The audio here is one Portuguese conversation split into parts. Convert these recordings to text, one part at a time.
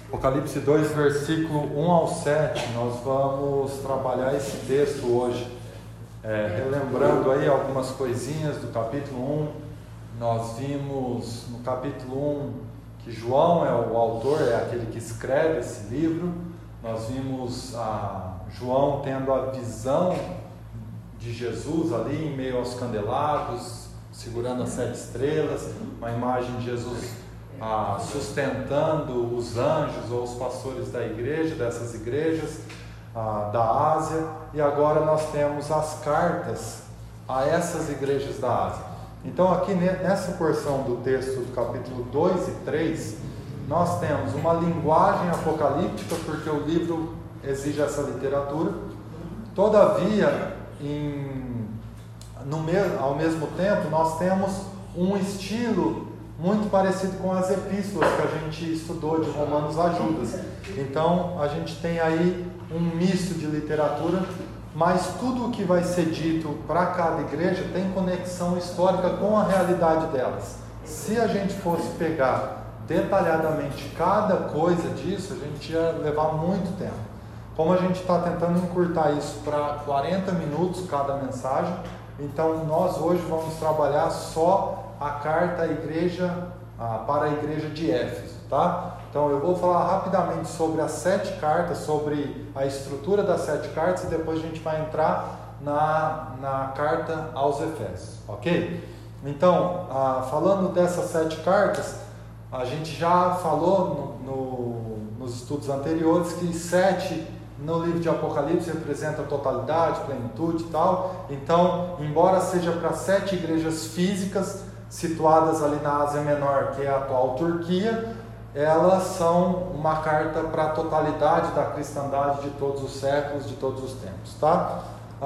Apocalipse 2, versículo 1 ao 7, nós vamos trabalhar esse texto hoje, relembrando aí algumas coisinhas do capítulo 1. Nós vimos no capítulo 1 que João é o autor, é aquele que escreve esse livro. Nós vimos João tendo a visão de Jesus ali em meio aos candelabros, segurando as 7 estrelas, uma imagem de Jesus sustentando os anjos ou os pastores da igreja, dessas igrejas da Ásia. E agora nós temos as cartas a essas igrejas da Ásia. Então aqui nessa porção do texto do capítulo 2 e 3, nós temos uma linguagem apocalíptica, porque o livro exige essa literatura. Todavia, ao mesmo tempo, nós temos um estilo muito parecido com as epístolas que a gente estudou de Romanos a Judas. Então a gente tem aí um misto de literatura, mas tudo o que vai ser dito para cada igreja tem conexão histórica com a realidade delas. Se a gente fosse pegar detalhadamente cada coisa disso, a gente ia levar muito tempo. Como a gente está tentando encurtar isso para 40 minutos cada mensagem, então nós hoje vamos trabalhar só a carta à igreja, para a igreja de Éfeso, tá? Então eu vou falar rapidamente sobre as 7 cartas, sobre a estrutura das 7 cartas, e depois a gente vai entrar na carta aos Efésios, ok? Então, falando dessas 7 cartas, a gente já falou nos estudos anteriores que 7 no livro de Apocalipse representa a totalidade, plenitude e tal. Então, embora seja para 7 igrejas físicas situadas ali na Ásia Menor, que é a atual Turquia, elas são uma carta para a totalidade da cristandade de todos os séculos, de todos os tempos, tá?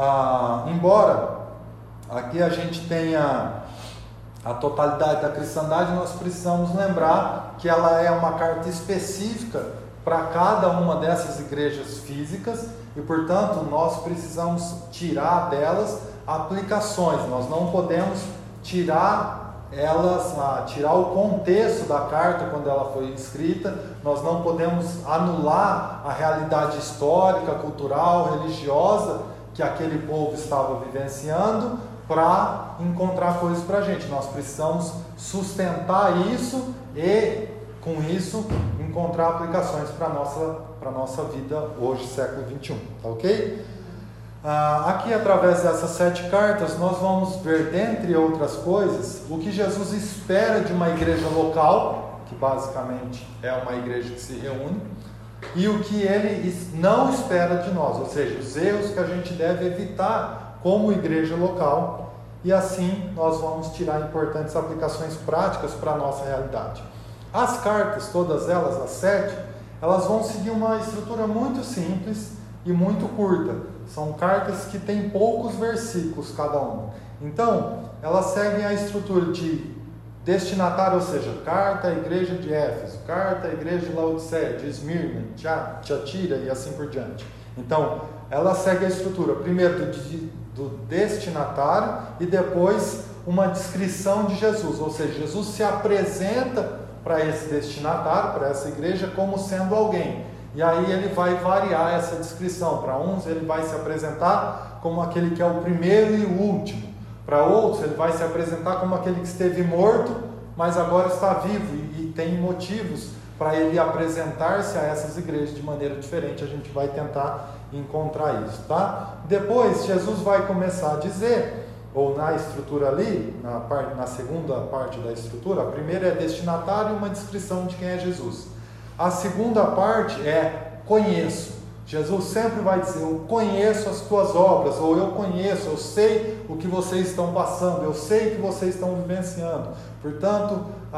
Embora aqui a gente tenha a totalidade da cristandade, nós precisamos lembrar que ela é uma carta específica para cada uma dessas igrejas físicas e, portanto, nós precisamos tirar delas aplicações. Nós não podemos tirar o contexto da carta quando ela foi escrita. Nós não podemos anular a realidade histórica, cultural, religiosa que aquele povo estava vivenciando para encontrar coisas para a gente. Nós precisamos sustentar isso e, com isso, encontrar aplicações para a nossa vida hoje, século 21, tá ok? Aqui, através dessas 7 cartas, nós vamos ver, dentre outras coisas, o que Jesus espera de uma igreja local, que basicamente é uma igreja que se reúne, e o que ele não espera de nós, ou seja, os erros que a gente deve evitar como igreja local, e assim nós vamos tirar importantes aplicações práticas para a nossa realidade. As cartas, todas elas, as 7, elas vão seguir uma estrutura muito simples e muito curta. São cartas que têm poucos versículos cada uma. Então, elas seguem a estrutura de destinatário, ou seja, carta à igreja de Éfeso, carta à igreja de Laodiceia, de Esmirna, Tiatira e assim por diante. Então, ela segue a estrutura, primeiro do destinatário e depois uma descrição de Jesus, ou seja, Jesus se apresenta para esse destinatário, para essa igreja, como sendo alguém. E aí ele vai variar essa descrição. Para uns ele vai se apresentar como aquele que é o primeiro e o último. Para outros ele vai se apresentar como aquele que esteve morto, mas agora está vivo e tem motivos para ele apresentar-se a essas igrejas de maneira diferente. A gente vai tentar encontrar isso, tá? Depois Jesus vai começar a dizer, ou na estrutura ali, na segunda parte da estrutura, a primeira é destinatário e uma descrição de quem é Jesus. A segunda parte é conheço. Jesus sempre vai dizer, eu conheço as tuas obras, ou eu sei o que vocês estão passando, eu sei o que vocês estão vivenciando. Portanto,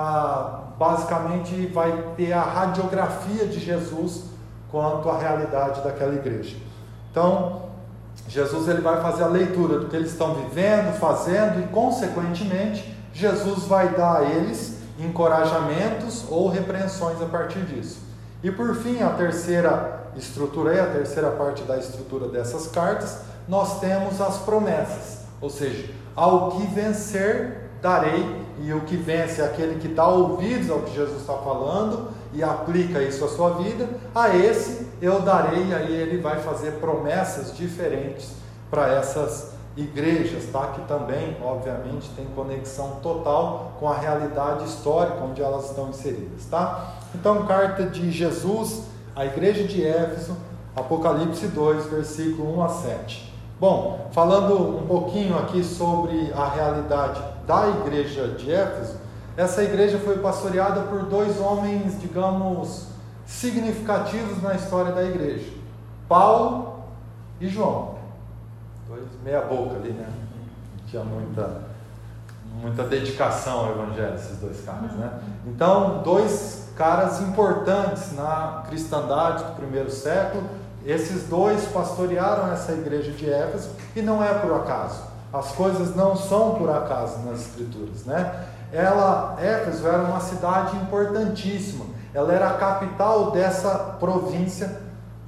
basicamente vai ter a radiografia de Jesus quanto à realidade daquela igreja. Então, Jesus ele vai fazer a leitura do que eles estão vivendo, fazendo, e consequentemente, Jesus vai dar a eles encorajamentos ou repreensões a partir disso. E por fim, a terceira estrutura, a terceira parte da estrutura dessas cartas, nós temos as promessas, ou seja, ao que vencer darei, e o que vence é aquele que dá ouvidos ao que Jesus está falando e aplica isso à sua vida, a esse eu darei, aí ele vai fazer promessas diferentes para essas igrejas, tá? Que também, obviamente, tem conexão total com a realidade histórica onde elas estão inseridas, tá? Então, carta de Jesus à igreja de Éfeso, Apocalipse 2, versículo 1 a 7. Bom, falando um pouquinho aqui sobre a realidade da igreja de Éfeso, essa igreja foi pastoreada por dois homens, digamos, significativos na história da igreja: Paulo e João. Dois meia boca ali, né? Não tinha muita dedicação ao evangelho, esses dois caras, né? Então, dois caras importantes na cristandade do primeiro século. Esses dois pastorearam essa igreja de Éfeso, e não é por acaso. As coisas não são por acaso nas escrituras, né? Éfeso era uma cidade importantíssima. Ela era a capital dessa província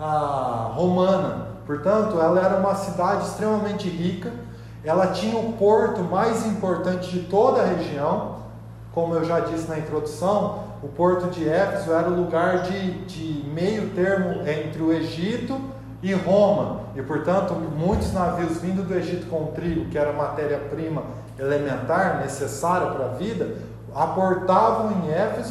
romana. Portanto, ela era uma cidade extremamente rica. Ela tinha o porto mais importante de toda a região. Como eu já disse na introdução, o porto de Éfeso era o lugar de meio termo entre o Egito e Roma. E, portanto, muitos navios vindo do Egito com trigo, que era matéria-prima elementar, necessária para a vida, aportavam em Éfeso,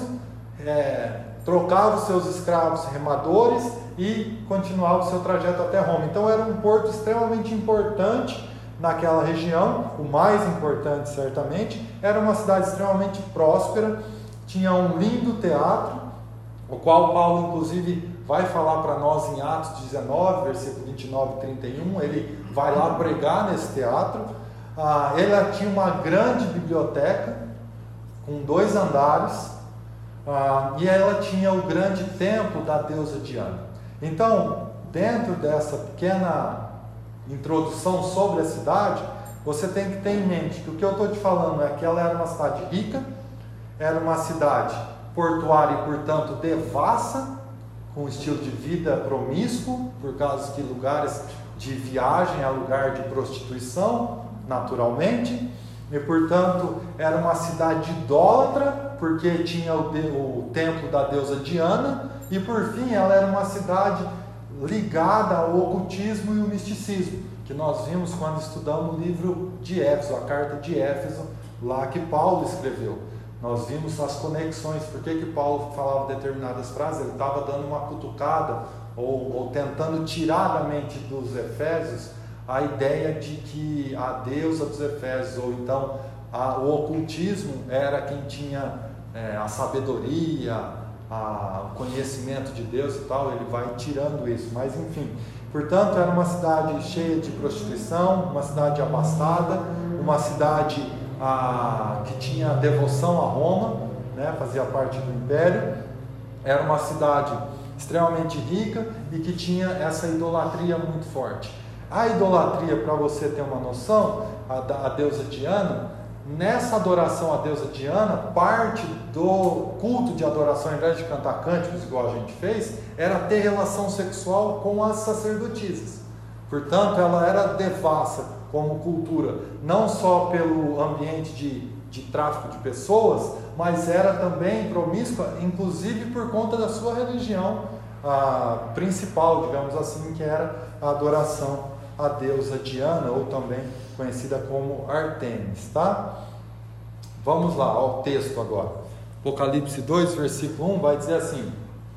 trocavam seus escravos remadores e continuava o seu trajeto até Roma. Então era um porto extremamente importante naquela região, o mais importante certamente. Era uma cidade extremamente próspera, tinha um lindo teatro, o qual Paulo inclusive vai falar para nós em Atos 19, versículo 29 e 31, ele vai lá pregar nesse teatro. Ela tinha uma grande biblioteca, com 2 andares, e ela tinha o grande templo da deusa Diana. Então, dentro dessa pequena introdução sobre a cidade, você tem que ter em mente que o que eu estou te falando é que ela era uma cidade rica, era uma cidade portuária e, portanto, devassa, com estilo de vida promíscuo, por causa que lugares de viagem é lugar de prostituição, naturalmente, e, portanto, era uma cidade idólatra, porque tinha o templo da deusa Diana, e, por fim, ela era uma cidade ligada ao ocultismo e ao misticismo, que nós vimos quando estudamos o livro de Éfeso, a carta de Éfeso, lá que Paulo escreveu. Nós vimos as conexões, por que Paulo falava determinadas frases. Ele estava dando uma cutucada, ou tentando tirar da mente dos Efésios a ideia de que a deusa dos Efésios, ou então o ocultismo, era quem tinha a sabedoria, o conhecimento de Deus e tal. Ele vai tirando isso, mas enfim. Portanto, era uma cidade cheia de prostituição, uma cidade abastada, uma cidade que tinha devoção a Roma, né, fazia parte do Império. Era uma cidade extremamente rica e que tinha essa idolatria muito forte. A idolatria, para você ter uma noção, a deusa Diana, nessa adoração à deusa Diana, parte do culto de adoração, ao invés de cantar cânticos igual a gente fez, era ter relação sexual com as sacerdotisas. Portanto, ela era devassa como cultura, não só pelo ambiente de tráfico de pessoas, mas era também promíscua, inclusive por conta da sua religião principal, digamos assim, que era a adoração à deusa Diana, ou também conhecida como Artemis, tá? Vamos lá, ao texto agora. Apocalipse 2, versículo 1, vai dizer assim: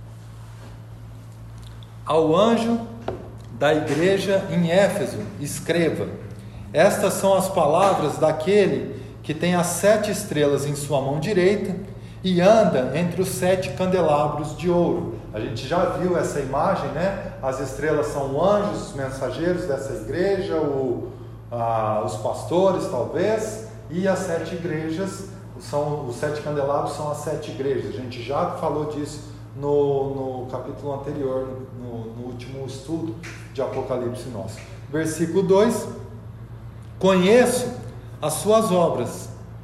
ao anjo da igreja em Éfeso, escreva: estas são as palavras daquele que tem as 7 estrelas em sua mão direita e anda entre os 7 candelabros de ouro. A gente já viu essa imagem, né? As estrelas são anjos, os mensageiros dessa igreja, os pastores talvez, e as 7 igrejas, os 7 candelabros são as 7 igrejas. A gente já falou disso no capítulo anterior, no último estudo de Apocalipse nosso. Versículo 2: conheço as suas obras,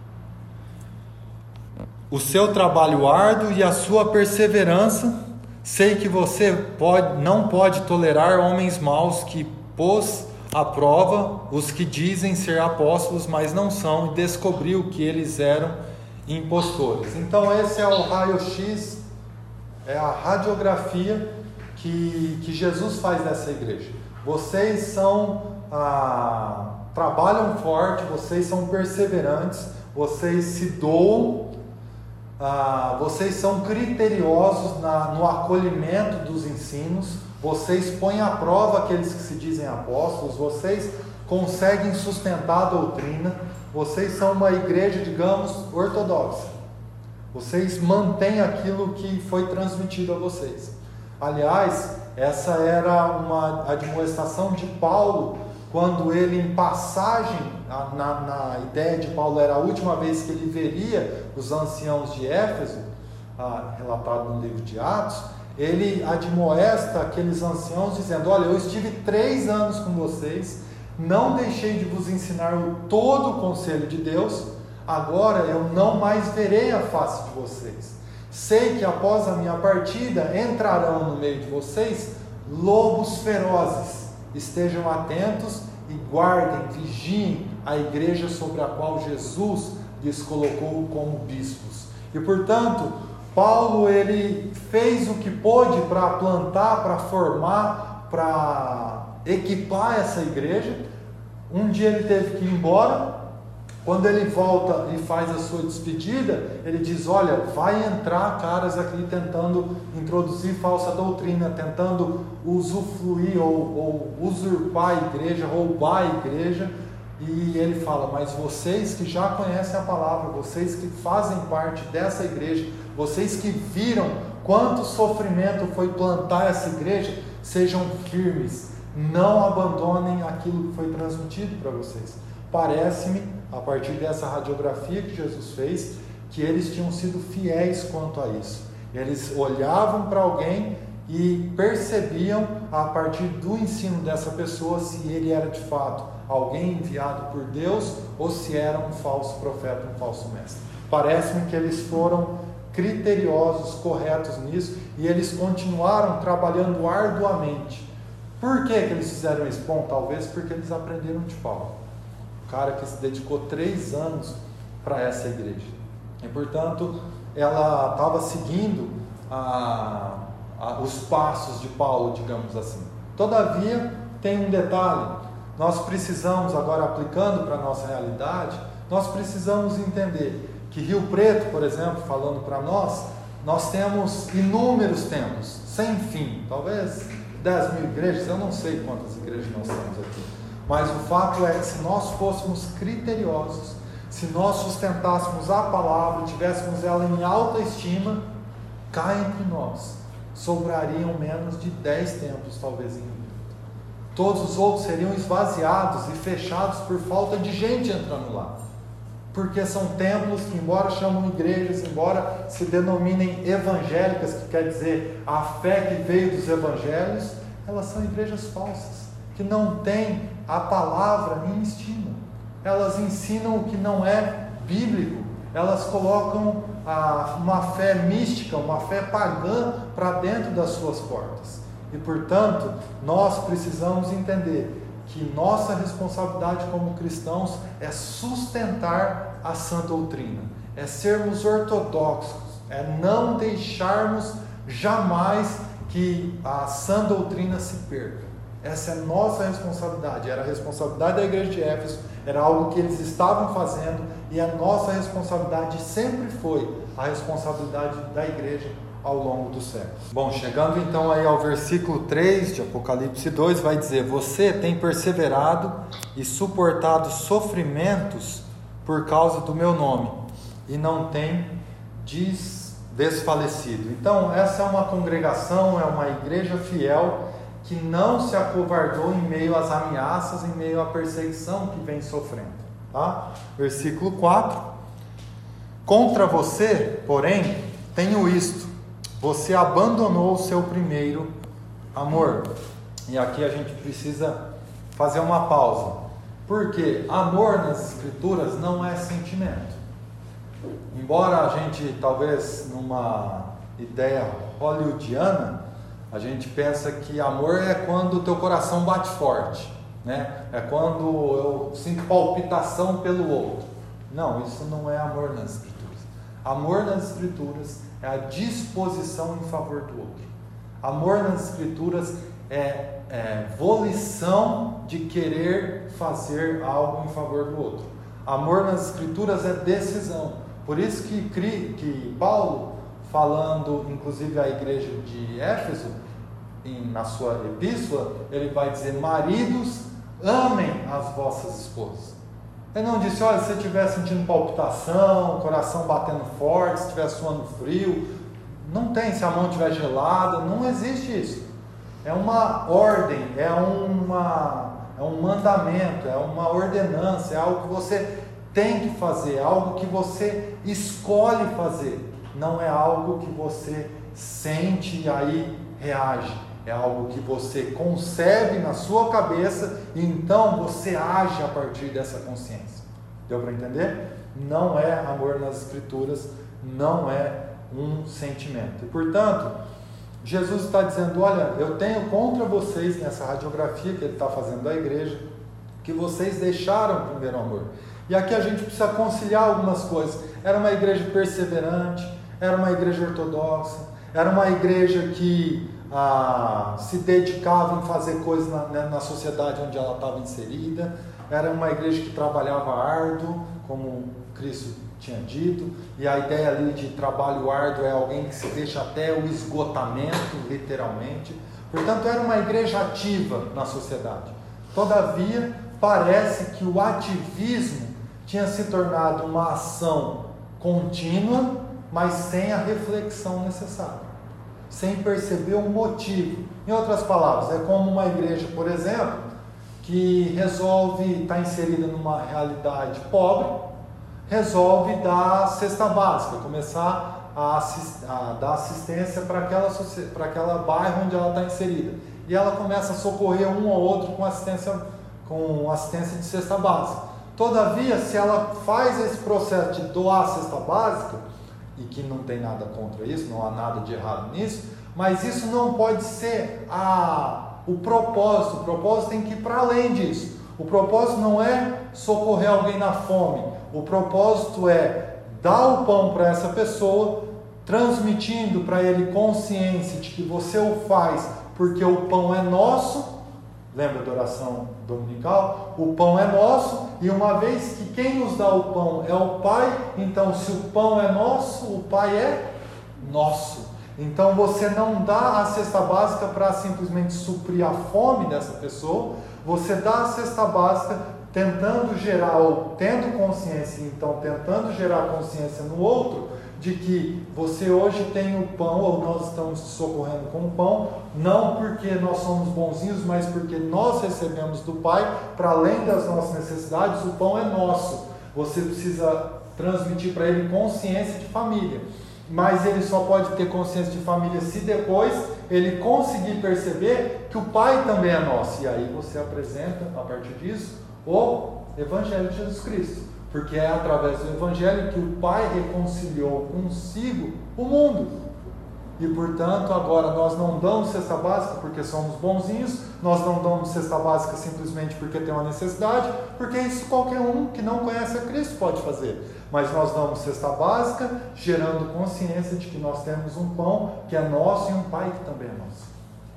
o seu trabalho árduo e a sua perseverança. Sei que você não pode tolerar homens maus, que pôs à prova os que dizem ser apóstolos, mas não são, e descobriu que eles eram impostores. Então esse é o raio-x é a radiografia que Jesus faz dessa igreja. Vocês trabalham forte, vocês são perseverantes, vocês se doam, vocês são criteriosos no acolhimento dos ensinos, vocês põem à prova aqueles que se dizem apóstolos, vocês conseguem sustentar a doutrina, vocês são uma igreja, digamos, ortodoxa. Vocês mantêm aquilo que foi transmitido a vocês. Aliás, essa era uma admoestação de Paulo, quando ele, em passagem, na ideia de Paulo, era a última vez que ele veria os anciãos de Éfeso, relatado no livro de Atos, ele admoesta aqueles anciãos dizendo: olha, eu estive 3 anos com vocês, não deixei de vos ensinar todo o conselho de Deus, agora eu não mais verei a face de vocês. Sei que após a minha partida entrarão no meio de vocês lobos ferozes. Estejam atentos e guardem, vigiem a igreja sobre a qual Jesus lhes colocou como bispos. E portanto, Paulo ele fez o que pôde para plantar, para formar, para equipar essa igreja. Um dia ele teve que ir embora. Quando ele volta e faz a sua despedida, ele diz: olha, vai entrar caras aqui tentando introduzir falsa doutrina, tentando usufruir ou usurpar a igreja, roubar a igreja. E ele fala: mas vocês que já conhecem a palavra, vocês que fazem parte dessa igreja, vocês que viram quanto sofrimento foi plantar essa igreja, sejam firmes, não abandonem aquilo que foi transmitido para vocês. Parece-me, a partir dessa radiografia que Jesus fez, que eles tinham sido fiéis quanto a isso. Eles olhavam para alguém e percebiam, a partir do ensino dessa pessoa, se ele era de fato alguém enviado por Deus ou se era um falso profeta, um falso mestre. Parece-me que eles foram criteriosos, corretos nisso, e eles continuaram trabalhando arduamente. Por que eles fizeram isso? Bom, talvez porque eles aprenderam de Paulo, o cara que se dedicou 3 anos para essa igreja. E portanto, ela estava seguindo os passos de Paulo, digamos assim. Todavia, tem um detalhe: nós precisamos, agora aplicando para a nossa realidade, nós precisamos entender que Rio Preto, por exemplo, falando para nós temos inúmeros templos, sem fim, talvez 10 mil igrejas, eu não sei quantas igrejas nós temos aqui, mas o fato é que se nós fôssemos criteriosos, se nós sustentássemos a palavra, tivéssemos ela em alta estima, cá entre nós sobrariam menos de 10 templos, talvez em Rio. Todos os outros seriam esvaziados e fechados por falta de gente entrando lá, porque são templos que, embora chamam igrejas, embora se denominem evangélicas, que quer dizer a fé que veio dos evangelhos, elas são igrejas falsas, que não têm a palavra em estima. Elas ensinam o que não é bíblico, elas colocam uma fé mística, uma fé pagã para dentro das suas portas. E portanto, nós precisamos entender que nossa responsabilidade como cristãos é sustentar a sã doutrina, é sermos ortodoxos, é não deixarmos jamais que a sã doutrina se perca. Essa é a nossa responsabilidade, era a responsabilidade da igreja de Éfeso, era algo que eles estavam fazendo, e a nossa responsabilidade sempre foi a responsabilidade da igreja ao longo dos séculos. Bom, chegando então aí ao versículo 3 de Apocalipse 2, vai dizer: você tem perseverado e suportado sofrimentos por causa do meu nome, e não tem desfalecido. Então, essa é uma congregação, é uma igreja fiel, que não se acovardou em meio às ameaças, em meio à perseguição que vem sofrendo. Tá? Versículo 4: contra você, porém, tenho isto: você abandonou o seu primeiro amor. E aqui a gente precisa fazer uma pausa, porque amor nas Escrituras não é sentimento. Embora a gente, talvez numa ideia hollywoodiana, a gente pensa que amor é quando o teu coração bate forte, né? É quando eu sinto palpitação pelo outro. Não, isso não é amor nas Escrituras. Amor nas Escrituras é a disposição em favor do outro. Amor nas Escrituras é volição de querer fazer algo em favor do outro. Amor nas Escrituras é decisão. Por isso que Paulo, falando inclusive à igreja de Éfeso, na sua epístola, ele vai dizer: maridos, amem as vossas esposas. Ele não disse: olha, se você estiver sentindo palpitação, coração batendo forte, se estiver suando frio, não tem, se a mão estiver gelada, não existe isso. É uma ordem, é um mandamento, é uma ordenança, é algo que você tem que fazer, é algo que você escolhe fazer, não é algo que você sente e aí reage, é algo que você concebe na sua cabeça e então você age a partir dessa consciência. Deu para entender? Não é amor nas Escrituras, não é um sentimento. E portanto, Jesus está dizendo: olha, eu tenho contra vocês, nessa radiografia que ele está fazendo da igreja, que vocês deixaram o primeiro amor. E aqui a gente precisa conciliar algumas coisas. Era uma igreja perseverante, era uma igreja ortodoxa, era uma igreja que se dedicava em fazer coisas na sociedade onde ela estava inserida, era uma igreja que trabalhava árduo, como Cristo tinha dito, e a ideia ali de trabalho árduo é alguém que se deixa até o esgotamento, literalmente. Portanto, era uma igreja ativa na sociedade. Todavia, parece que o ativismo tinha se tornado uma ação contínua, mas sem a reflexão necessária, sem perceber o motivo. Em outras palavras, é como uma igreja, por exemplo, que resolve estar inserida numa realidade pobre, resolve dar cesta básica, começar a dar assistência para aquela bairro onde ela está inserida. E ela começa a socorrer um ou outro com assistência de cesta básica. Todavia, se ela faz esse processo de doar a cesta básica, e que não tem nada contra isso, não há nada de errado nisso, mas isso não pode ser o propósito. O propósito tem que ir para além disso. O propósito não é socorrer alguém na fome. O propósito é dar o pão para essa pessoa, transmitindo para ele consciência de que você o faz porque o pão é nosso. Lembra da oração dominical? O pão é nosso, e uma vez que quem nos dá o pão é o Pai, então se o pão é nosso, o Pai é nosso. Então você não dá a cesta básica para simplesmente suprir a fome dessa pessoa, você dá a cesta básica tentando gerar, ou tendo consciência, então tentando gerar consciência no outro, de que você hoje tem o pão, ou nós estamos te socorrendo com o pão, não porque nós somos bonzinhos, mas porque nós recebemos do Pai, para além das nossas necessidades, o pão é nosso. Você precisa transmitir para ele consciência de família, mas ele só pode ter consciência de família se depois ele conseguir perceber que o Pai também é nosso, e aí você apresenta, a partir disso, o Evangelho de Jesus Cristo. Porque é através do Evangelho que o Pai reconciliou consigo o mundo. E portanto, agora nós não damos cesta básica porque somos bonzinhos, nós não damos cesta básica simplesmente porque tem uma necessidade, porque isso qualquer um que não conhece a Cristo pode fazer. Mas nós damos cesta básica gerando consciência de que nós temos um pão que é nosso e um Pai que também é nosso.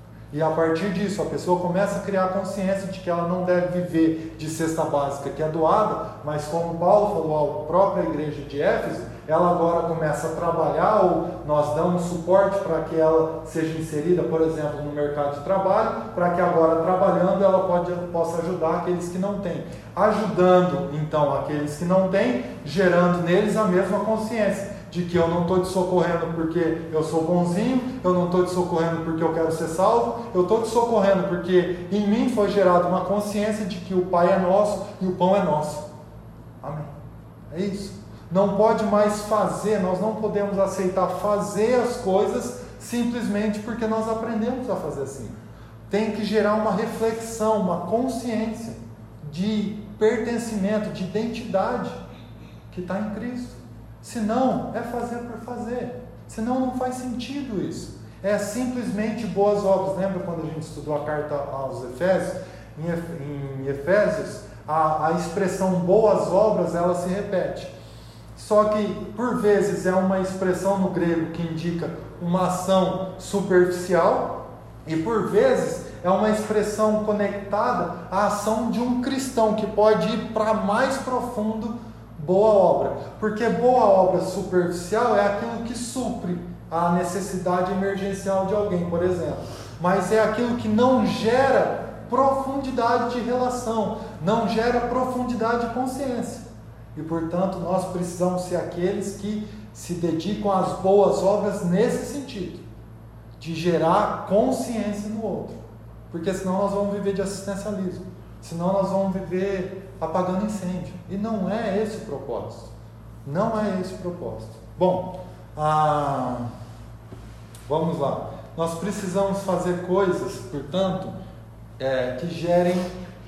E a partir disso, a pessoa começa a criar consciência de que ela não deve viver de cesta básica que é doada, mas como Paulo falou à própria igreja de Éfeso, ela agora começa a trabalhar, ou nós damos suporte para que ela seja inserida, por exemplo, no mercado de trabalho, para que agora trabalhando ela possa ajudar aqueles que não têm. Ajudando então aqueles que não têm, gerando neles a mesma consciência de que eu não estou te socorrendo porque eu sou bonzinho, eu não estou te socorrendo porque eu quero ser salvo, eu estou te socorrendo porque em mim foi gerada uma consciência de que o Pai é nosso e o pão é nosso. Amém. É isso. Não pode mais fazer, nós não podemos aceitar fazer as coisas simplesmente porque nós aprendemos a fazer assim. Tem que gerar uma reflexão, uma consciência de pertencimento, de identidade que está em Cristo. Senão, é fazer por fazer. Senão, não faz sentido isso. É simplesmente boas obras. Lembra quando a gente estudou a carta aos Efésios? Em Efésios, a expressão boas obras, ela se repete. só que por vezes é uma expressão no grego que indica uma ação superficial, e por vezes é uma expressão conectada à ação de um cristão que pode ir para mais profundo boa obra. Porque boa obra superficial é aquilo que supre a necessidade emergencial de alguém, por exemplo. Mas é aquilo que não gera profundidade de relação, não gera profundidade de consciência. E portanto nós precisamos ser aqueles que se dedicam às boas obras nesse sentido, de gerar consciência no outro. Porque senão nós vamos viver de assistencialismo, senão nós vamos viver apagando incêndio. E não é esse o propósito. Não é esse o propósito. Bom, vamos lá. Nós precisamos fazer coisas, portanto, que gerem,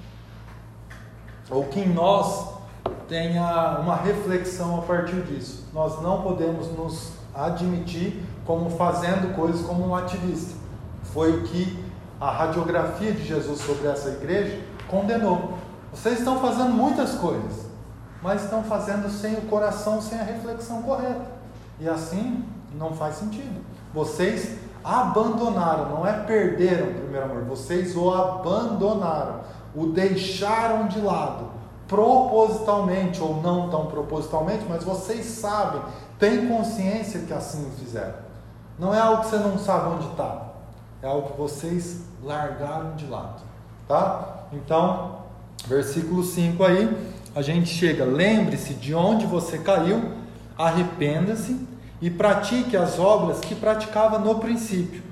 ou que em nós tenha uma reflexão a partir disso. Nós não podemos nos admitir como fazendo coisas como um ativista. Foi o que a radiografia de Jesus sobre essa igreja condenou. Vocês estão fazendo muitas coisas, mas estão fazendo sem o coração, sem a reflexão correta. E assim não faz sentido. Vocês abandonaram, não é perderam o primeiro amor, vocês o abandonaram, o deixaram de lado, propositalmente ou não tão propositalmente, mas vocês sabem, têm consciência que assim o fizeram. Não é algo que você não sabe onde está, é algo que vocês largaram de lado, tá? Então, versículo 5 aí, a gente chega, lembre-se de onde você caiu, arrependa-se e pratique as obras que praticava no princípio.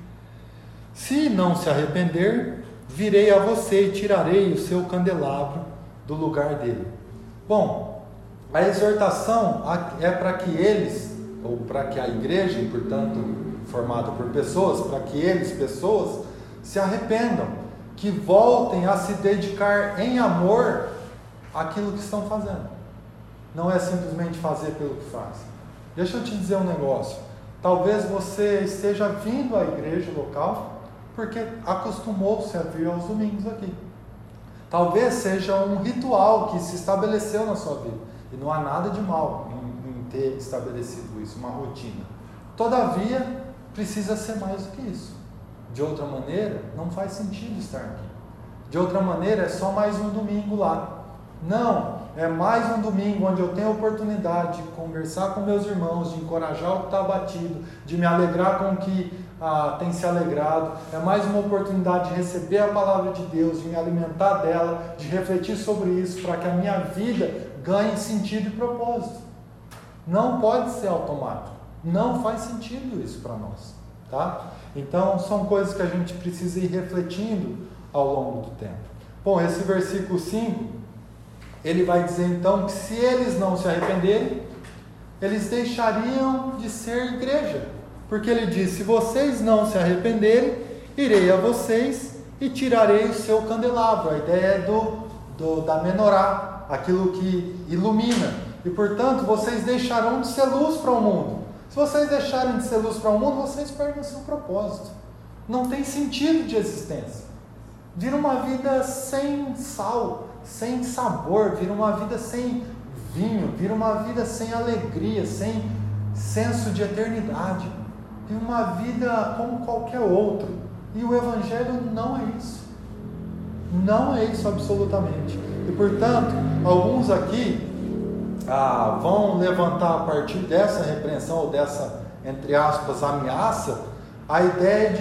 Se não se arrepender, virei a você e tirarei o seu candelabro do lugar dele. Bom, a exortação é para que eles, ou para que a igreja, e portanto formada por pessoas, para que eles, pessoas, se arrependam, que voltem a se dedicar em amor àquilo que estão fazendo. Não é simplesmente fazer pelo que faz. Deixa eu te dizer um negócio. Talvez você esteja vindo à igreja local porque acostumou-se a vir aos domingos aqui. Talvez seja um ritual que se estabeleceu na sua vida. E não há nada de mal em ter estabelecido isso, uma rotina. Todavia, precisa ser mais do que isso. De outra maneira, não faz sentido estar aqui. De outra maneira, é só mais um domingo lá. Não, é mais um domingo onde eu tenho a oportunidade de conversar com meus irmãos, de encorajar o que está abatido, de me alegrar com o que tem se alegrado. É mais uma oportunidade de receber a palavra de Deus, de me alimentar dela, de refletir sobre isso, para que a minha vida ganhe sentido e propósito. Não pode ser automático. Não faz sentido isso para nós, tá? Então, são coisas que a gente precisa ir refletindo ao longo do tempo. Bom, esse versículo 5, ele vai dizer então que se eles não se arrependerem, eles deixariam de ser igreja. Porque ele diz, se vocês não se arrependerem, irei a vocês e tirarei o seu candelabro. A ideia é da menorá, aquilo que ilumina. E portanto, vocês deixarão de ser luz para o mundo. Se vocês deixarem de ser luz para o mundo, vocês perdem o seu propósito. Não tem sentido de existência. Vira uma vida sem sal, sem sabor, vira uma vida sem vinho, vira uma vida sem alegria, sem senso de eternidade. Vira uma vida como qualquer outro. E o Evangelho não é isso. Não é isso absolutamente. E portanto, alguns aqui vão levantar a partir dessa repreensão ou dessa, entre aspas, ameaça, a ideia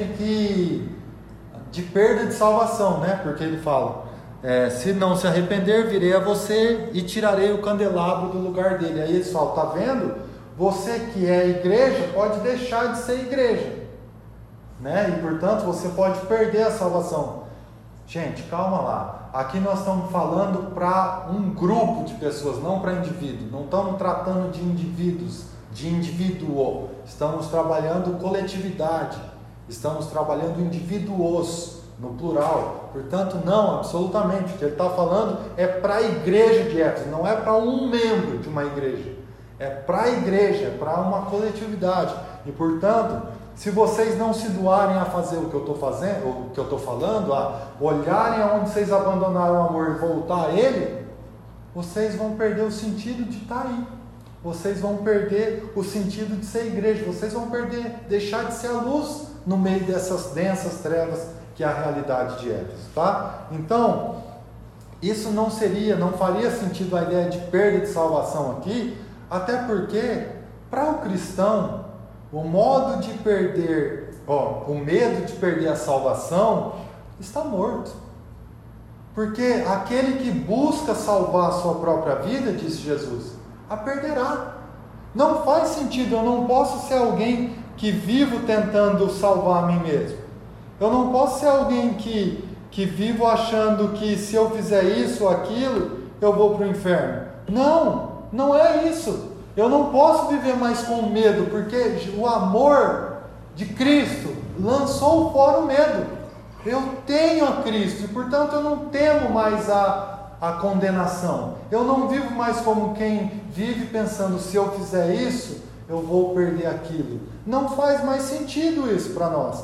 de perda de salvação, né? Porque ele fala, se não se arrepender, virei a você e tirarei o candelabro do lugar dele. Aí eles falam, tá vendo? Você que é igreja pode deixar de ser igreja, né? E portanto você pode perder a salvação. Gente, calma lá. Aqui nós estamos falando para um grupo de pessoas, não para indivíduo. Não estamos tratando de indivíduos, de indivíduo. Estamos trabalhando coletividade. Estamos trabalhando indivíduos, no plural. Portanto, não, absolutamente. O que ele está falando é para a igreja de Éfeso, não é para um membro de uma igreja. É para a igreja, é para uma coletividade. E portanto, se vocês não se doarem a fazer o que eu estou fazendo, ou o que eu estou falando, a olharem aonde vocês abandonaram o amor e voltar a ele, vocês vão perder o sentido de estar aí. vocês vão perder o sentido de ser igreja, vocês vão deixar de ser a luz no meio dessas densas trevas que é a realidade de Éfeso, tá? Então, isso não faria sentido a ideia de perda de salvação aqui, até porque, para o cristão, o modo de perder, o medo de perder a salvação está morto. Porque aquele que busca salvar a sua própria vida, disse Jesus, a perderá. Não faz sentido, eu não posso ser alguém que vivo tentando salvar a mim mesmo. Eu não posso ser alguém que vivo achando que se eu fizer isso ou aquilo, eu vou para o inferno. Não é isso. Eu não posso viver mais com medo, porque o amor de Cristo lançou fora o medo. Eu tenho a Cristo e, portanto, eu não temo mais a condenação. Eu não vivo mais como quem vive pensando, se eu fizer isso, eu vou perder aquilo. Não faz mais sentido isso para nós.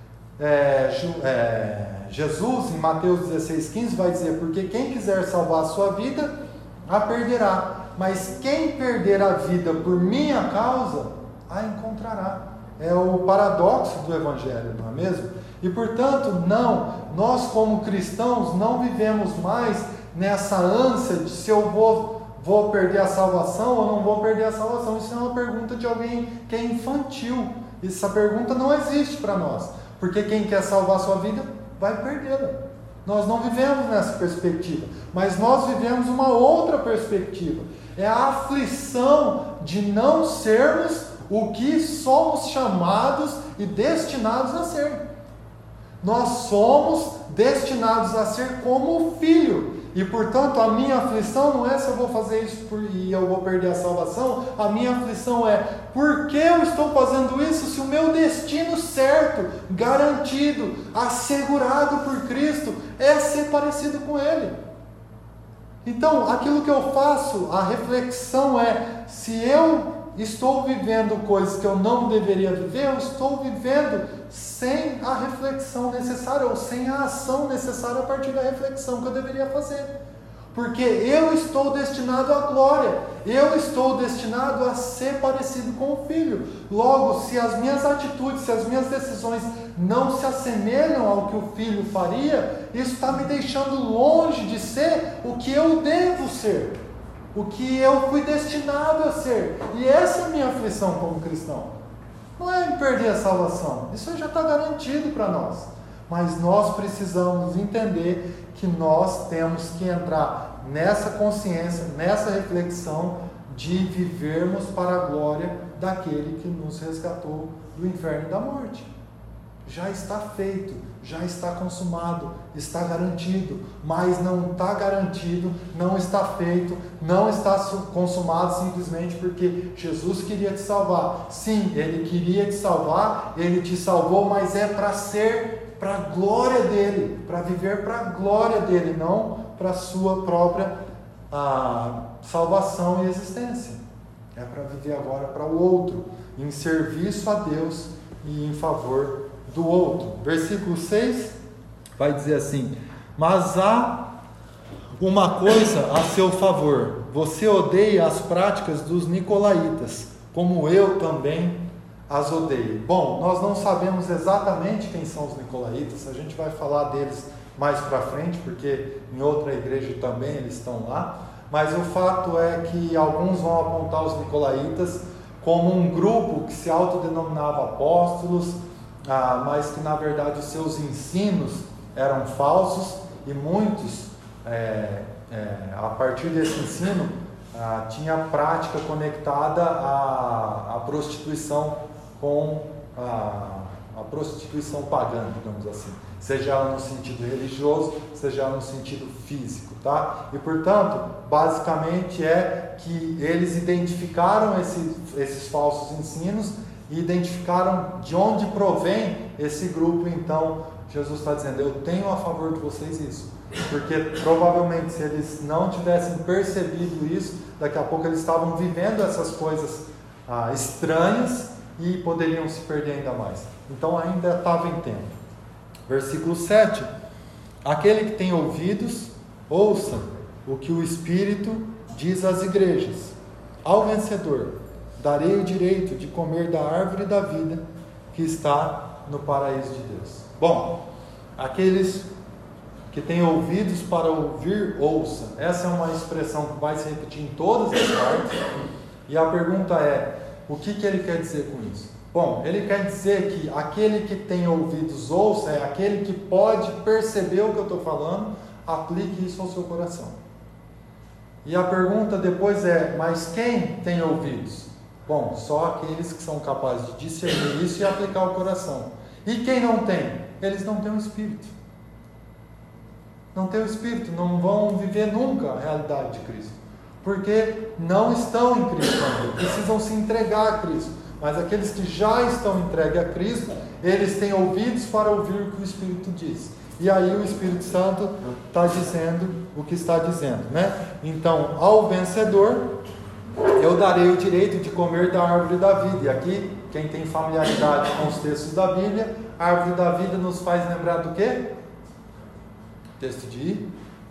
Jesus, em Mateus 16,15, vai dizer, porque quem quiser salvar a sua vida, a perderá. Mas quem perder a vida por minha causa, a encontrará. É o paradoxo do Evangelho, não é mesmo? E portanto, nós como cristãos não vivemos mais nessa ânsia de se eu vou perder a salvação ou não vou perder a salvação. Isso é uma pergunta de alguém que é infantil. Essa pergunta não existe para nós, porque quem quer salvar a sua vida vai perdê-la. Nós não vivemos nessa perspectiva, mas nós vivemos uma outra perspectiva. É a aflição de não sermos o que somos chamados e destinados a ser. Nós somos destinados a ser como o Filho. E portanto a minha aflição não é se eu vou fazer isso e eu vou perder a salvação. A minha aflição é, por que eu estou fazendo isso se o meu destino certo, garantido, assegurado por Cristo é ser parecido com Ele? Então aquilo que eu faço, a reflexão é, se eu estou vivendo coisas que eu não deveria viver, eu estou vivendo sem a reflexão necessária, ou sem a ação necessária a partir da reflexão que eu deveria fazer. Porque eu estou destinado à glória, eu estou destinado a ser parecido com o Filho. Logo, se as minhas atitudes, se as minhas decisões não se assemelham ao que o Filho faria, isso está me deixando longe de ser o que eu devo ser, o que eu fui destinado a ser. E essa é a minha aflição como cristão. Não é em perder a salvação, isso já está garantido para nós. Mas nós precisamos entender que nós temos que entrar nessa consciência, nessa reflexão de vivermos para a glória daquele que nos resgatou do inferno e da morte. Já está feito, já está consumado, está garantido, mas não está garantido, não está feito, não está consumado simplesmente porque Jesus queria te salvar. Sim, Ele queria te salvar, Ele te salvou, mas é para ser para a glória dEle, para viver para a glória dEle, não para a sua própria salvação e existência. É para viver agora para o outro, em serviço a Deus e em favor do outro. Versículo 6 vai dizer assim: mas há uma coisa a seu favor, você odeia as práticas dos nicolaítas, como eu também as odeio. Bom, nós não sabemos exatamente quem são os nicolaítas, a gente vai falar deles mais para frente, porque em outra igreja também eles estão lá, mas o fato é que alguns vão apontar os nicolaítas como um grupo que se autodenominava apóstolos, mas que na verdade os seus ensinos eram falsos, e muitos, a partir desse ensino, tinha prática conectada à prostituição com a prostituição pagã, digamos assim, seja ela no sentido religioso, seja ela no sentido físico, tá? E portanto, basicamente é que eles identificaram esses falsos ensinos e identificaram de onde provém esse grupo. Então Jesus está dizendo: eu tenho a favor de vocês isso, porque provavelmente se eles não tivessem percebido isso, daqui a pouco eles estavam vivendo essas coisas estranhas e poderiam se perder ainda mais. Então ainda estava em tempo. Versículo 7: aquele que tem ouvidos, ouça o que o Espírito diz às igrejas. ao vencedor darei o direito de comer da árvore da vida que está no paraíso de Deus. Bom, aqueles que têm ouvidos para ouvir, ouçam. Essa é uma expressão que vai se repetir em todas as partes. E a pergunta é, o que ele quer dizer com isso? Bom, ele quer dizer que aquele que tem ouvidos ouça, é aquele que pode perceber o que eu estou falando, aplique isso ao seu coração. E a pergunta depois é, mas quem tem ouvidos? Bom, só aqueles que são capazes de discernir isso e aplicar ao coração. E quem não tem? Eles não têm o Espírito. Não têm o Espírito, não vão viver nunca a realidade de Cristo. Porque não estão em Cristo ainda, precisam se entregar a Cristo. Mas aqueles que já estão entregues a Cristo, eles têm ouvidos para ouvir o que o Espírito diz. E aí o Espírito Santo está dizendo o que está dizendo, né? Então, ao vencedor, eu darei o direito de comer da árvore da vida. E aqui, quem tem familiaridade com os textos da Bíblia, a árvore da vida nos faz lembrar do quê? Texto de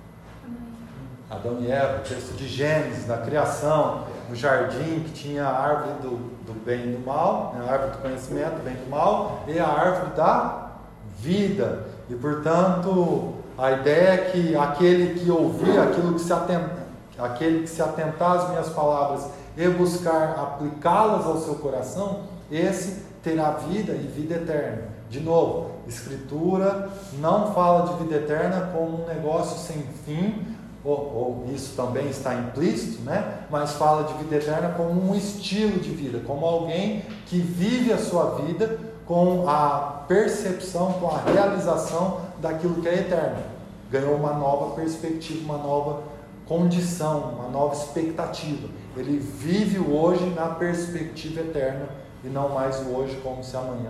Adão e Eva, texto de Gênesis, da criação, no jardim que tinha a árvore do bem e do mal, né? A árvore do conhecimento, do bem e do mal, e a árvore da vida. E portanto, a ideia é que aquele que ouvir, aquele que se atentar às minhas palavras e buscar aplicá-las ao seu coração, esse terá vida e vida eterna. De novo, Escritura não fala de vida eterna como um negócio sem fim, ou isso também está implícito, né? Mas fala de vida eterna como um estilo de vida, como alguém que vive a sua vida com a percepção, com a realização daquilo que é eterno. Ganhou uma nova perspectiva, uma nova condição, uma nova expectativa. Ele vive o hoje na perspectiva eterna e não mais o hoje como se amanhã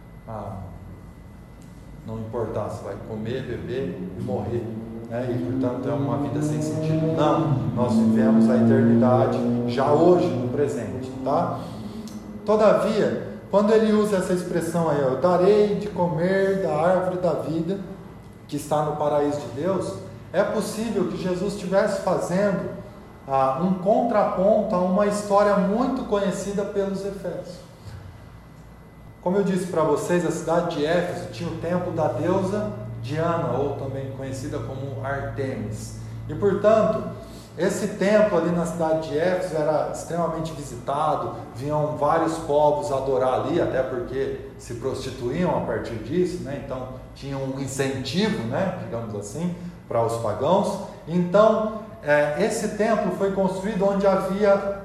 não importasse, vai comer, beber e morrer, né? E portanto é uma vida sem sentido. Não, nós vivemos a eternidade já hoje, no presente, tá? Todavia, quando ele usa essa expressão aí, eu darei de comer da árvore da vida que está no paraíso de Deus, é possível que Jesus estivesse fazendo um contraponto a uma história muito conhecida pelos Efésios. Como eu disse para vocês, a cidade de Éfeso tinha o templo da deusa Diana, ou também conhecida como Artemis. E portanto, esse templo ali na cidade de Éfeso era extremamente visitado, vinham vários povos adorar ali, até porque se prostituíam a partir disso, né? Então tinha um incentivo, né, digamos assim, para os pagãos. Então, esse templo foi construído onde havia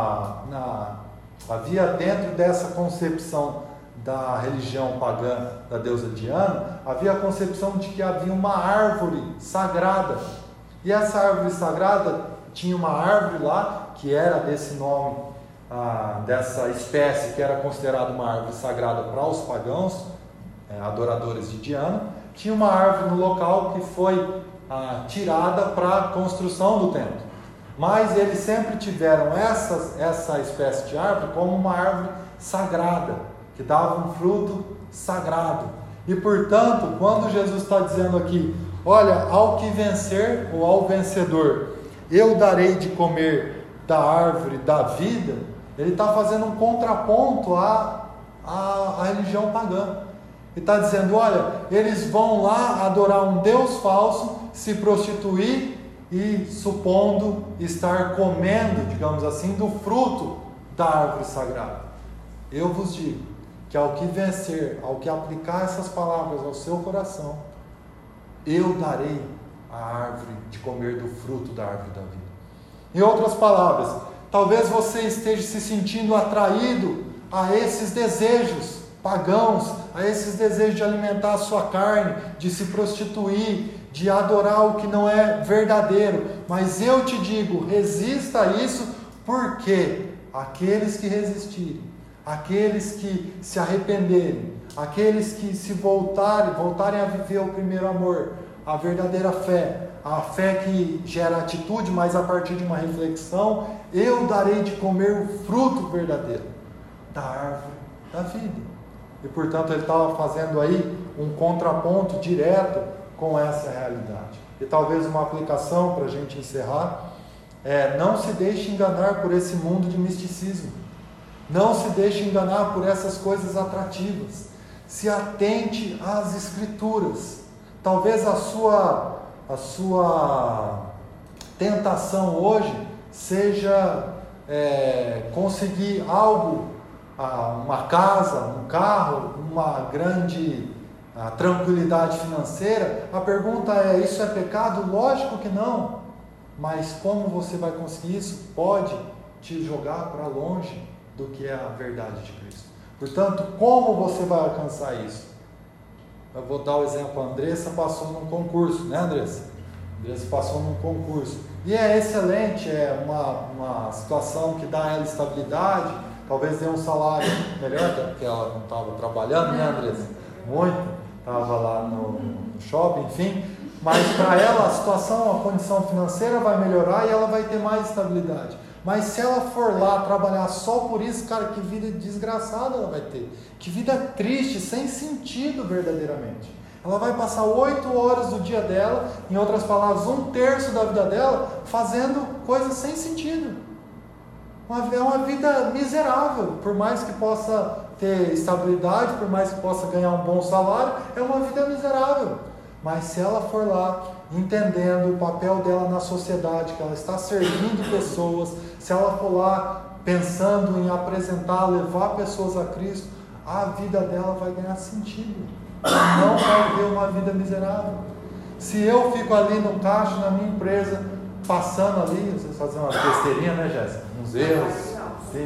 dentro dessa concepção da religião pagã da deusa Diana, havia a concepção de que havia uma árvore sagrada. E essa árvore sagrada tinha uma árvore lá, que era desse nome, dessa espécie, que era considerada uma árvore sagrada para os pagãos, adoradores de Diana. Tinha uma árvore no local que foi tirada para a construção do templo. Mas eles sempre tiveram essa espécie de árvore como uma árvore sagrada, que dava um fruto sagrado. E portanto, quando Jesus está dizendo aqui, olha, ao que vencer ou ao vencedor, eu darei de comer da árvore da vida, ele está fazendo um contraponto à religião pagã. Ele está dizendo, olha, eles vão lá adorar um Deus falso, se prostituir e supondo estar comendo, digamos assim, do fruto da árvore sagrada. Eu vos digo que ao que vencer, ao que aplicar essas palavras ao seu coração, eu darei a árvore de comer do fruto da árvore da vida. Em outras palavras, talvez você esteja se sentindo atraído a esses desejos pagãos, a esses desejos de alimentar a sua carne, de se prostituir, de adorar o que não é verdadeiro. Mas eu te digo, resista a isso, porque aqueles que resistirem, aqueles que se arrependerem, aqueles que se voltarem a viver o primeiro amor, a verdadeira fé, a fé que gera atitude, mas a partir de uma reflexão, eu darei de comer o fruto verdadeiro da árvore da vida. E portanto ele estava fazendo aí um contraponto direto com essa realidade. E talvez uma aplicação para a gente encerrar não se deixe enganar por esse mundo de misticismo. Não se deixe enganar por essas coisas atrativas. Se atente às Escrituras. Talvez a sua tentação hoje seja conseguir algo, uma casa, um carro, uma grande tranquilidade financeira. A pergunta é: isso é pecado? Lógico que não. Mas como você vai conseguir isso? Pode te jogar para longe do que é a verdade de Cristo. Portanto, como você vai alcançar isso? Eu vou dar o exemplo. A Andressa passou num concurso, né, Andressa? A Andressa passou num concurso. E é excelente, é uma situação que dá a ela estabilidade, talvez dê um salário melhor, porque ela não estava trabalhando, né, Andressa? Muito, estava lá no shopping, enfim. Mas para ela a situação, a condição financeira vai melhorar e ela vai ter mais estabilidade. Mas se ela for lá trabalhar só por isso, cara, que vida desgraçada ela vai ter. Que vida triste, sem sentido verdadeiramente. Ela vai passar 8 horas do dia dela, em outras palavras, 1/3 da vida dela, fazendo coisas sem sentido. É uma vida miserável, por mais que possa ter estabilidade, por mais que possa ganhar um bom salário, é uma vida miserável. Mas se ela for lá, entendendo o papel dela na sociedade, que ela está servindo pessoas, se ela for lá pensando em apresentar, levar pessoas a Cristo, a vida dela vai ganhar sentido. Ela não vai ter uma vida miserável. Se eu fico ali no caixa, na minha empresa, passando ali, vocês fazem uma besteirinha, né, Jéssica? Uns erros, sim,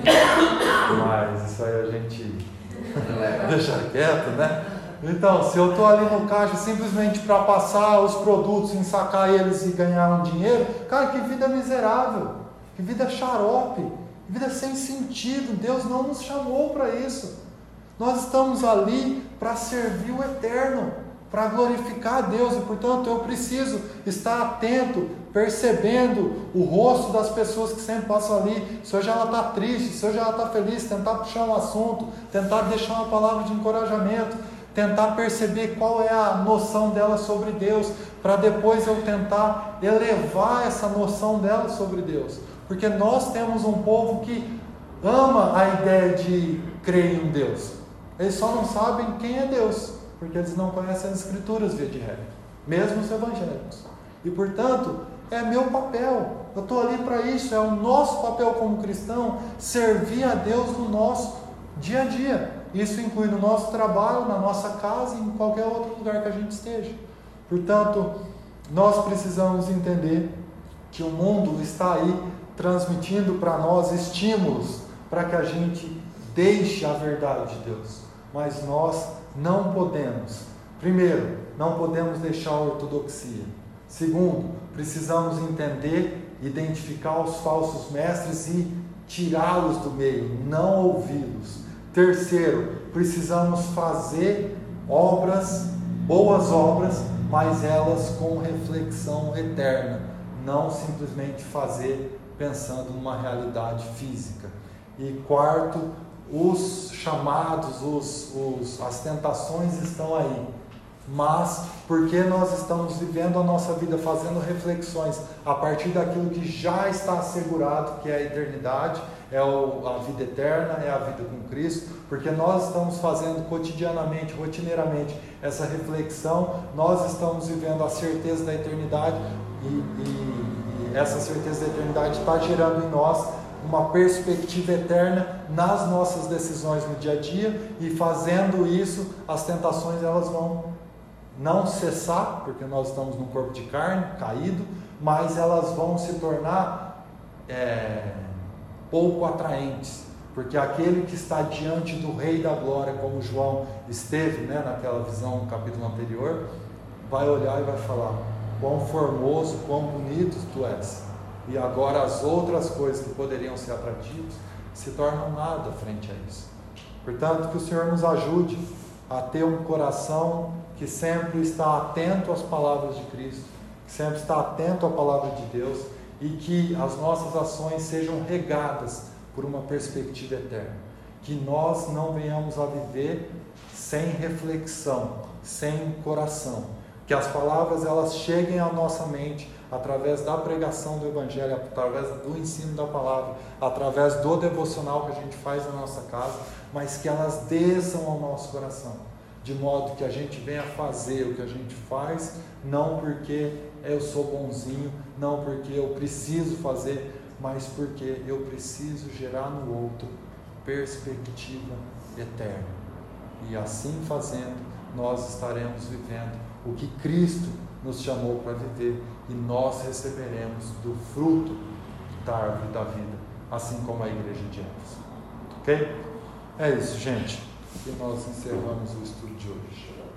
mas isso aí a gente deixa quieto, né? Então, se eu estou ali no caixa simplesmente para passar os produtos, ensacar eles e ganhar um dinheiro, cara, que vida miserável, que vida xarope, que vida sem sentido. Deus não nos chamou para isso. Nós estamos ali para servir o eterno, para glorificar a Deus, e portanto eu preciso estar atento, percebendo o rosto das pessoas que sempre passam ali. Se hoje ela está triste, se hoje ela está feliz, tentar puxar um assunto, tentar deixar uma palavra de encorajamento, tentar perceber qual é a noção dela sobre Deus, para depois eu tentar elevar essa noção dela sobre Deus. Porque nós temos um povo que ama a ideia de crer em um Deus. Eles só não sabem quem é Deus, porque eles não conhecem as Escrituras via de regra, mesmo os evangélicos. E portanto, é meu papel, eu estou ali para isso, é o nosso papel como cristão, servir a Deus no nosso dia a dia. Isso inclui no nosso trabalho, na nossa casa e em qualquer outro lugar que a gente esteja. Portanto, nós precisamos entender que o mundo está aí transmitindo para nós estímulos para que a gente deixe a verdade de Deus. Mas nós não podemos. Primeiro, não podemos deixar a ortodoxia. Segundo, precisamos entender, identificar os falsos mestres e tirá-los do meio, não ouvi-los. Terceiro, precisamos fazer obras, boas obras, mas elas com reflexão eterna, não simplesmente fazer pensando numa realidade física. E quarto, os chamados, as tentações estão aí, mas porque nós estamos vivendo a nossa vida fazendo reflexões a partir daquilo que já está assegurado, que é a eternidade, é a vida eterna, é a vida com Cristo, porque nós estamos fazendo cotidianamente, rotineiramente essa reflexão, nós estamos vivendo a certeza da eternidade e essa certeza da eternidade está gerando em nós uma perspectiva eterna nas nossas decisões no dia a dia, e fazendo isso, as tentações elas vão não cessar, porque nós estamos num corpo de carne caído, mas elas vão se tornar pouco atraentes, porque aquele que está diante do Rei da Glória, como João esteve, né, naquela visão no capítulo anterior, vai olhar e vai falar: quão formoso, quão bonito tu és. E agora as outras coisas que poderiam ser atrativas se tornam nada frente a isso. Portanto, que o Senhor nos ajude a ter um coração que sempre está atento às palavras de Cristo, que sempre está atento à palavra de Deus, e que as nossas ações sejam regadas por uma perspectiva eterna. Que nós não venhamos a viver sem reflexão, sem coração. Que as palavras elas cheguem à nossa mente, através da pregação do Evangelho, através do ensino da palavra, através do devocional que a gente faz na nossa casa, mas que elas desçam ao nosso coração, de modo que a gente venha fazer o que a gente faz, não porque eu sou bonzinho, não porque eu preciso fazer, mas porque eu preciso gerar no outro perspectiva eterna. E assim fazendo, nós estaremos vivendo o que Cristo nos chamou para viver, e nós receberemos do fruto da árvore da vida, assim como a igreja de Éfeso. Ok? É isso, gente. E nós encerramos o estudo de hoje.